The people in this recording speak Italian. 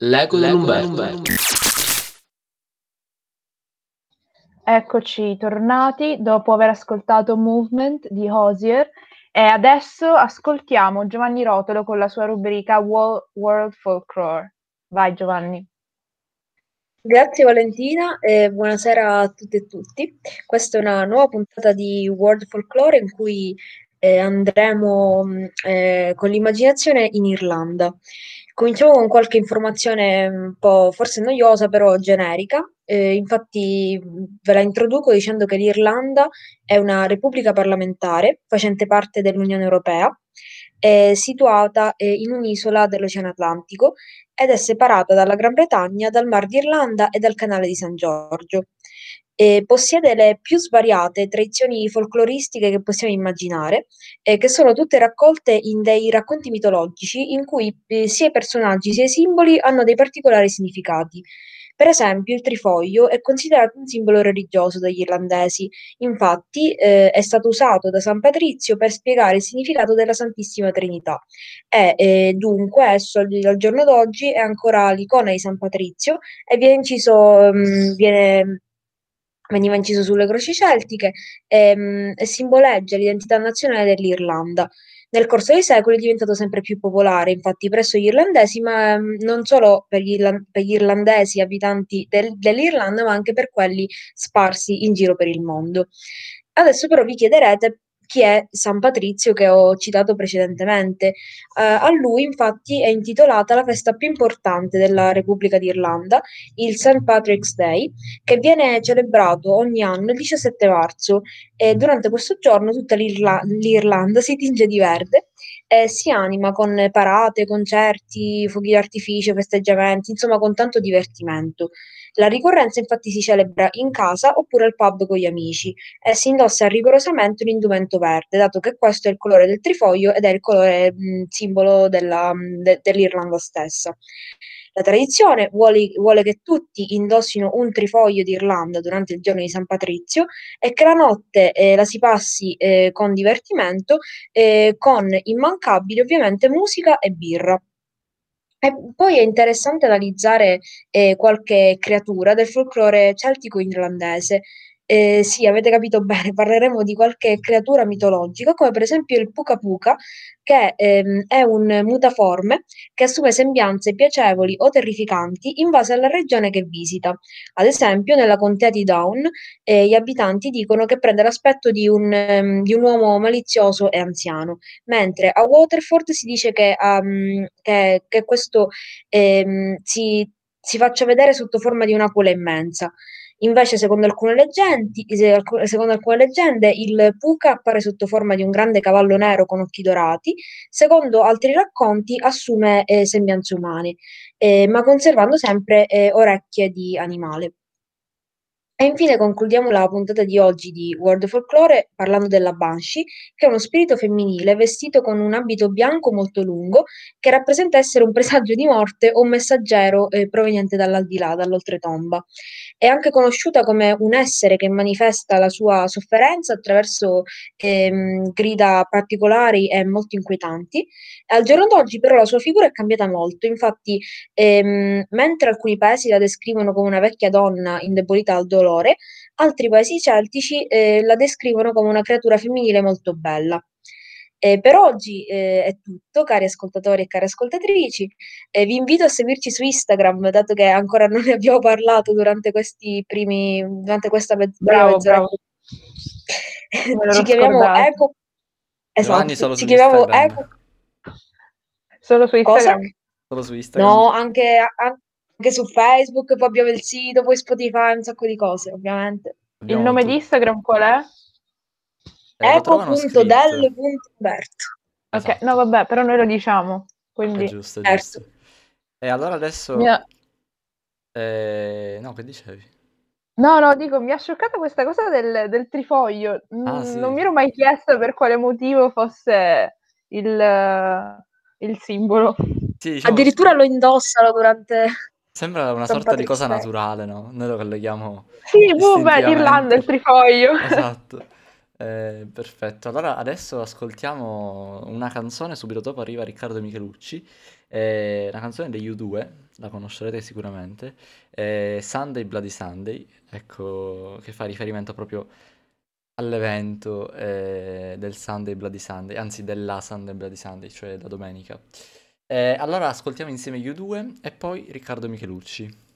L'eco dell'Umberto. Eccoci tornati dopo aver ascoltato Movement di Hozier e adesso ascoltiamo Giovanni Rotolo con la sua rubrica World Folklore. Vai Giovanni. Grazie Valentina e buonasera a tutte e tutti. Questa è una nuova puntata di World Folklore in cui andremo con l'immaginazione in Irlanda. Cominciamo con qualche informazione un po' forse noiosa, però generica. Infatti ve la introduco dicendo che l'Irlanda è una repubblica parlamentare facente parte dell'Unione Europea, situata in un'isola dell'Oceano Atlantico ed è separata dalla Gran Bretagna dal Mar d'Irlanda e dal Canale di San Giorgio. Possiede le più svariate tradizioni folcloristiche che possiamo immaginare, che sono tutte raccolte in dei racconti mitologici in cui sia i personaggi sia i simboli hanno dei particolari significati. Per esempio, il trifoglio è considerato un simbolo religioso dagli irlandesi, infatti è stato usato da San Patrizio per spiegare il significato della Santissima Trinità e dunque esso al giorno d'oggi è ancora l'icona di San Patrizio e veniva inciso sulle croci celtiche e simboleggia l'identità nazionale dell'Irlanda. Nel corso dei secoli è diventato sempre più popolare, infatti, presso gli irlandesi, ma non solo per gli irlandesi abitanti dell'Irlanda, ma anche per quelli sparsi in giro per il mondo. Adesso però vi chiederete chi è San Patrizio che ho citato precedentemente. A lui infatti è intitolata la festa più importante della Repubblica d'Irlanda, il St. Patrick's Day, che viene celebrato ogni anno il 17 marzo e durante questo giorno tutta l'Irlanda si tinge di verde e si anima con parate, concerti, fuochi d'artificio, festeggiamenti, insomma con tanto divertimento. La ricorrenza infatti si celebra in casa oppure al pub con gli amici e si indossa rigorosamente un indumento verde, dato che questo è il colore del trifoglio ed è il colore simbolo dell'Irlanda stessa. La tradizione vuole che tutti indossino un trifoglio d'Irlanda durante il giorno di San Patrizio e che la notte la si passi con divertimento, con immancabili ovviamente musica e birra. E poi è interessante analizzare qualche creatura del folklore celtico-irlandese. Sì, avete capito bene, parleremo di qualche creatura mitologica, come per esempio il Puka Puka, che è un mutaforme che assume sembianze piacevoli o terrificanti in base alla regione che visita. Ad esempio, nella contea di Down, gli abitanti dicono che prende l'aspetto di un uomo malizioso e anziano, mentre a Waterford si dice che questo si faccia vedere sotto forma di un'aquila immensa. Invece, secondo alcune leggende, il Puka appare sotto forma di un grande cavallo nero con occhi dorati, secondo altri racconti assume sembianze umane, ma conservando sempre orecchie di animale. E infine concludiamo la puntata di oggi di World Folklore parlando della Banshee, che è uno spirito femminile vestito con un abito bianco molto lungo che rappresenta essere un presagio di morte o un messaggero proveniente dall'aldilà, dall'oltretomba. È anche conosciuta come un essere che manifesta la sua sofferenza attraverso grida particolari e molto inquietanti. Al giorno d'oggi però la sua figura è cambiata molto, infatti mentre alcuni paesi la descrivono come una vecchia donna indebolita dal dolore, altri paesi celtici la descrivono come una creatura femminile molto bella. Per oggi è tutto, cari ascoltatori e care ascoltatrici. Vi invito a seguirci su Instagram, dato che ancora non ne abbiamo parlato durante questa prima Bravo, mezz'ora. bravo. Me Ci l'ero chiamiamo scordato. Eco. Giovanni Esatto, solo ci su chiamiamo Instagram. Eco. Solo su Cosa? Instagram? Solo su Instagram. No, anche su Facebook, poi abbiamo il sito, poi Spotify, un sacco di cose, ovviamente. Il Abbiamo nome di tutto. Instagram qual è? Lo trovano scritto. Eco.del.umberto. Ok, no Esatto. vabbè, però noi lo diciamo, È quindi giusto, è Certo. giusto. E allora adesso... mi No, che dicevi? No, dico, mi ha scioccato questa cosa del trifoglio. Ah, Non sì. mi ero mai chiesta per quale motivo fosse il simbolo. Sì, diciamo, Addirittura lo indossano durante sembra una San sorta di Patrick's cosa Day. naturale, no? Noi lo colleghiamo Sì, vabbè, l'Irlanda, il istintivamente. trifoglio. Esatto. Perfetto. Allora adesso ascoltiamo una canzone, subito dopo arriva Riccardo Michelucci, una canzone degli U2, la conoscerete sicuramente, Sunday Bloody Sunday, ecco, che fa riferimento proprio all'evento del Sunday Bloody Sunday, anzi della Sunday Bloody Sunday, cioè la domenica. Allora ascoltiamo insieme gli U2 e poi Riccardo Michelucci.